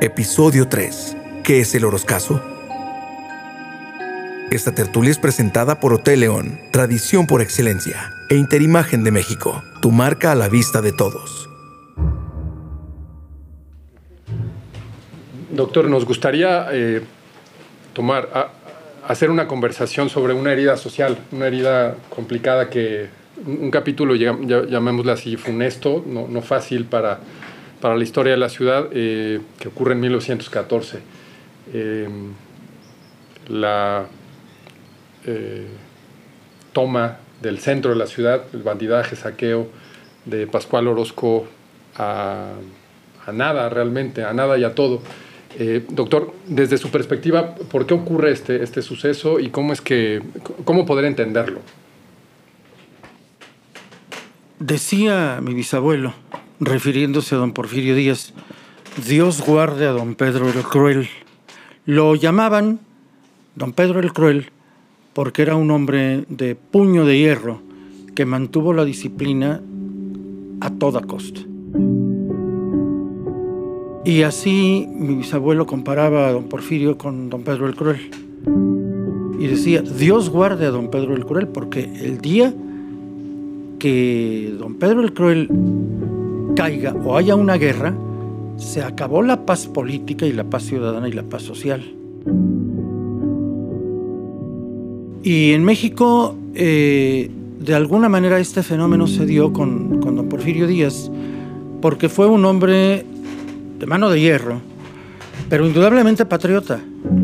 Episodio 3. ¿Qué es el Oroscazo? Esta tertulia es presentada por Hotel León, tradición por excelencia, e Interimagen de México, tu marca a la vista de todos. Doctor, nos gustaría hacer una conversación sobre una herida social, una herida complicada que un capítulo, llamémosle así, funesto, no fácil para la historia de la ciudad, que ocurre en 1914. La toma del centro de la ciudad, el bandidaje, saqueo de Pascual Orozco a nada realmente, a nada y a todo. Doctor, desde su perspectiva, ¿por qué ocurre este suceso y cómo poder entenderlo? Decía mi bisabuelo, refiriéndose a don Porfirio Díaz, Dios guarde a don Pedro el Cruel. Lo llamaban don Pedro el Cruel porque era un hombre de puño de hierro que mantuvo la disciplina a toda costa. Y así mi bisabuelo comparaba a don Porfirio con don Pedro el Cruel. Y decía, Dios guarde a don Pedro el Cruel, porque el día que don Pedro el Cruel caiga o haya una guerra, se acabó la paz política y la paz ciudadana y la paz social. Y en México, de alguna manera, este fenómeno se dio con don Porfirio Díaz, porque fue un hombre de mano de hierro, pero indudablemente patriota.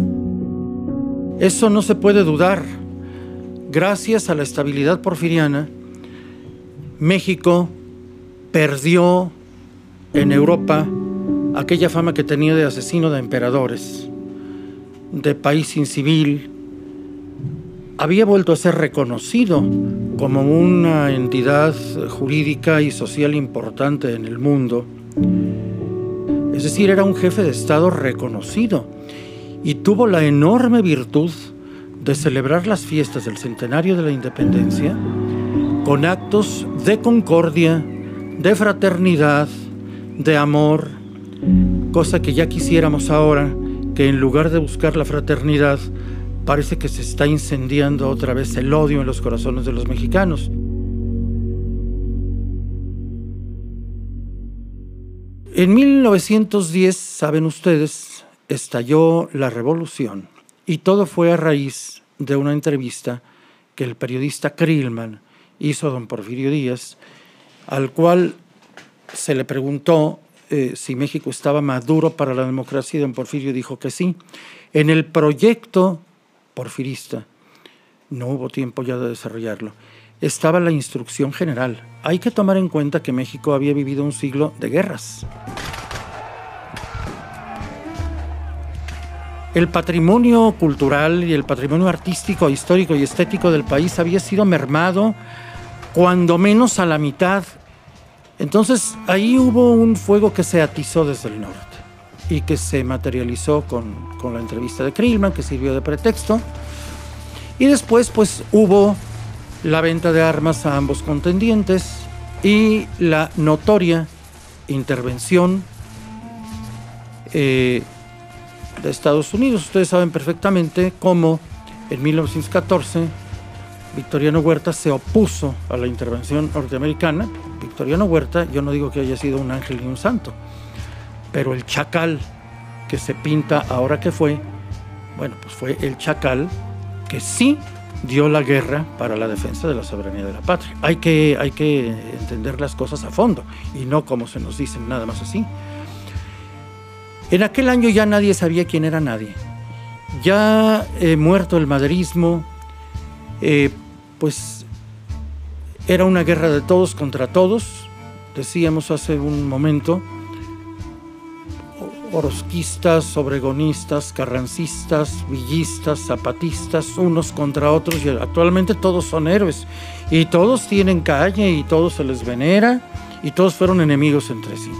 Eso no se puede dudar. Gracias a la estabilidad porfiriana, México perdió en Europa aquella fama que tenía de asesino de emperadores, de país incivil. Había vuelto a ser reconocido como una entidad jurídica y social importante en el mundo. Es decir, era un jefe de Estado reconocido y tuvo la enorme virtud de celebrar las fiestas del centenario de la independencia con actos de concordia, de fraternidad, de amor, cosa que ya quisiéramos ahora, que en lugar de buscar la fraternidad, parece que se está incendiando otra vez el odio en los corazones de los mexicanos. En 1910, saben ustedes, estalló la revolución y todo fue a raíz de una entrevista que el periodista Krillman hizo a don Porfirio Díaz, al cual se le preguntó si México estaba maduro para la democracia y don Porfirio dijo que sí. En el proyecto porfirista, no hubo tiempo ya de desarrollarlo, estaba la instrucción general. Hay que tomar en cuenta que México había vivido un siglo de guerras. El patrimonio cultural y el patrimonio artístico, histórico y estético del país había sido mermado cuando menos a la mitad. Entonces ahí hubo un fuego que se atizó desde el norte y que se materializó con la entrevista de Krillman, que sirvió de pretexto. Y después pues hubo la venta de armas a ambos contendientes y la notoria intervención de Estados Unidos. Ustedes saben perfectamente cómo en 1914 Victoriano Huerta se opuso a la intervención norteamericana. Victoriano Huerta, yo no digo que haya sido un ángel ni un santo, pero el chacal que se pinta ahora que fue, bueno, pues fue el chacal que sí dio la guerra para la defensa de la soberanía de la patria. Hay que entender las cosas a fondo y no como se nos dicen nada más así. En aquel año ya nadie sabía quién era nadie. Ya muerto el maderismo, pues era una guerra de todos contra todos. Decíamos hace un momento, orozquistas, obregonistas, carrancistas, villistas, zapatistas, unos contra otros, y actualmente todos son héroes y todos tienen calle y todos se les venera y todos fueron enemigos entre sí.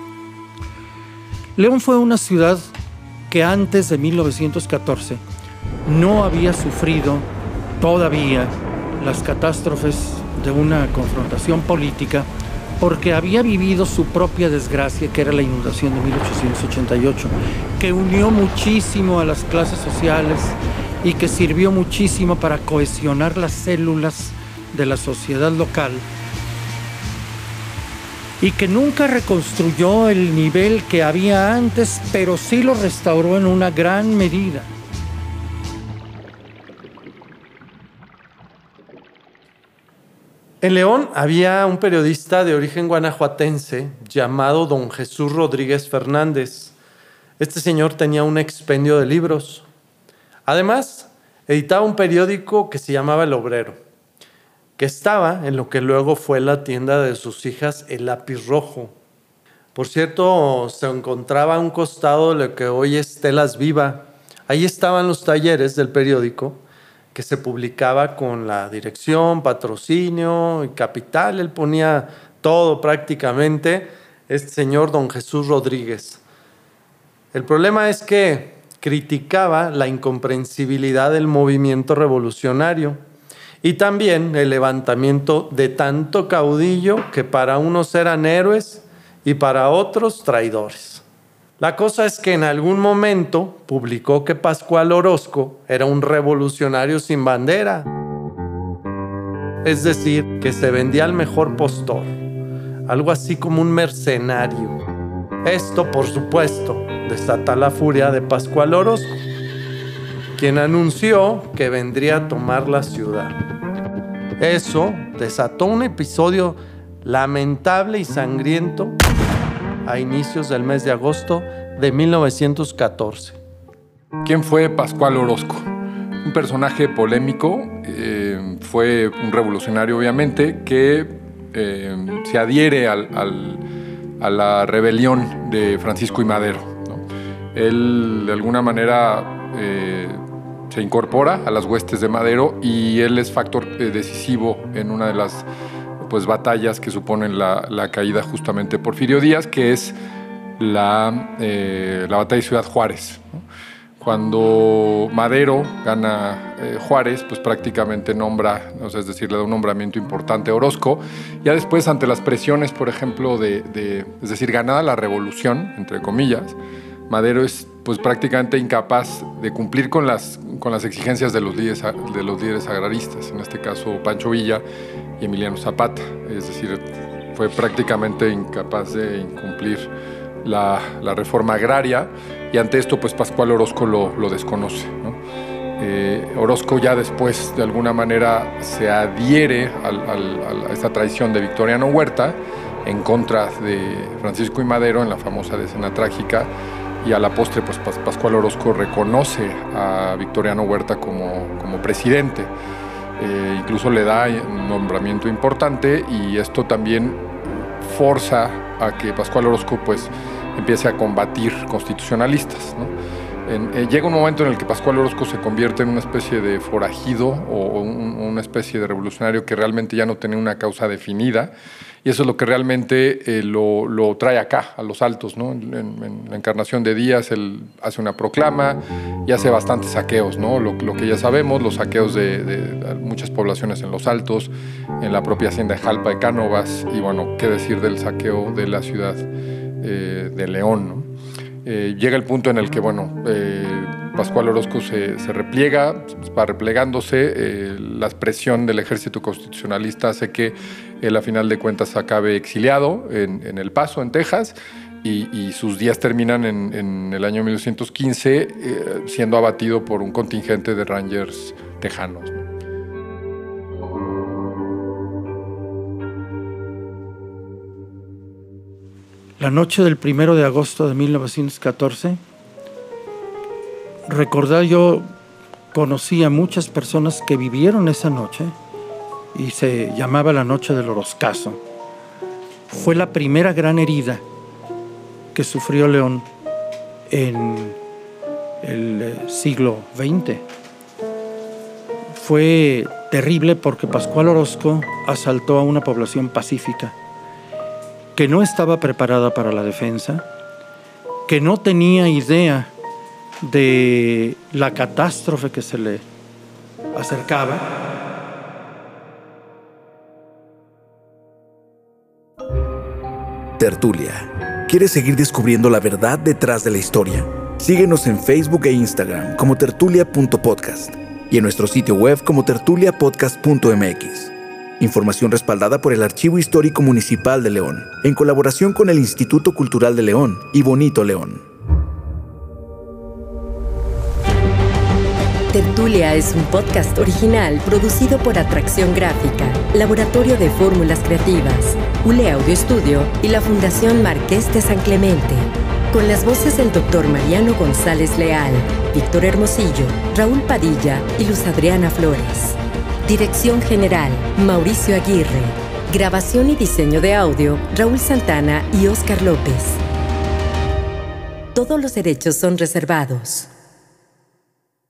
León fue una ciudad que antes de 1914 no había sufrido todavía las catástrofes de una confrontación política porque había vivido su propia desgracia, que era la inundación de 1888, que unió muchísimo a las clases sociales y que sirvió muchísimo para cohesionar las células de la sociedad local, y que nunca reconstruyó el nivel que había antes, pero sí lo restauró en una gran medida. En León había un periodista de origen guanajuatense llamado don Jesús Rodríguez Fernández. Este señor tenía un expendio de libros. Además, editaba un periódico que se llamaba El Obrero, que estaba en lo que luego fue la tienda de sus hijas El Lápiz Rojo. Por cierto, se encontraba a un costado de lo que hoy es Telas Viva. Ahí estaban los talleres del periódico, que se publicaba con la dirección, patrocinio y capital. Él ponía todo prácticamente, este señor don Jesús Rodríguez. El problema es que criticaba la incomprensibilidad del movimiento revolucionario y también el levantamiento de tanto caudillo que para unos eran héroes y para otros traidores. La cosa es que en algún momento publicó que Pascual Orozco era un revolucionario sin bandera. Es decir, que se vendía al mejor postor, algo así como un mercenario. Esto, por supuesto, desata la furia de Pascual Orozco, quien anunció que vendría a tomar la ciudad. Eso desató un episodio lamentable y sangriento a inicios del mes de agosto de 1914. ¿Quién fue Pascual Orozco? Un personaje polémico, fue un revolucionario obviamente que se adhiere a la rebelión de Francisco I. Madero, ¿no? Él de alguna manera se incorpora a las huestes de Madero y él es factor decisivo en una de las batallas que suponen la caída justamente de Porfirio Díaz, que es la batalla de Ciudad Juárez, ¿no? Cuando Madero gana Juárez, pues prácticamente nombra, es decir, le da un nombramiento importante a Orozco. Ya después, ante las presiones, por ejemplo, es decir, ganada la revolución, entre comillas, Madero es pues prácticamente incapaz de cumplir con las exigencias de los líderes agraristas, en este caso Pancho Villa y Emiliano Zapata. Es decir, fue prácticamente incapaz de incumplir la reforma agraria, y ante esto pues Pascual Orozco lo desconoce, ¿no? Orozco ya después de alguna manera se adhiere a esta traición de Victoriano Huerta en contra de Francisco I. Madero en la famosa decena trágica, y a la postre pues Pascual Orozco reconoce a Victoriano Huerta como presidente. Incluso le da un nombramiento importante, y esto también forza a que Pascual Orozco pues empiece a combatir constitucionalistas, ¿no? Llega un momento en el que Pascual Orozco se convierte en una especie de forajido o una especie de revolucionario que realmente ya no tenía una causa definida, y eso es lo que realmente lo trae acá, a los Altos, ¿no? En la encarnación de Díaz, él hace una proclama y hace bastantes saqueos, ¿no? Lo que ya sabemos, los saqueos de muchas poblaciones en los Altos, en la propia hacienda de Jalpa de Cánovas, y bueno, qué decir del saqueo de la ciudad de León, ¿no? Llega el punto en el que, Pascual Orozco se repliega, va replegándose, la presión del ejército constitucionalista hace que él a final de cuentas acabe exiliado en El Paso, en Texas, y sus días terminan en el año 1915 siendo abatido por un contingente de Rangers tejanos, ¿no? La noche del 1 de agosto de 1914, yo conocí a muchas personas que vivieron esa noche, y se llamaba la noche del Orozcazo. Fue la primera gran herida que sufrió León en el siglo XX. Fue terrible porque Pascual Orozco asaltó a una población pacífica que no estaba preparada para la defensa, que no tenía idea de la catástrofe que se le acercaba. Tertulia. ¿Quieres seguir descubriendo la verdad detrás de la historia? Síguenos en Facebook e Instagram como tertulia.podcast y en nuestro sitio web como tertuliapodcast.mx. Información respaldada por el Archivo Histórico Municipal de León, en colaboración con el Instituto Cultural de León y Bonito León. Tertulia es un podcast original producido por Atracción Gráfica, Laboratorio de Fórmulas Creativas, ULE Audio Estudio y la Fundación Marqués de San Clemente. Con las voces del Dr. Mariano González Leal, Víctor Hermosillo, Raúl Padilla y Luz Adriana Flores. Dirección General, Mauricio Aguirre. Grabación y diseño de audio, Raúl Santana y Óscar López. Todos los derechos son reservados.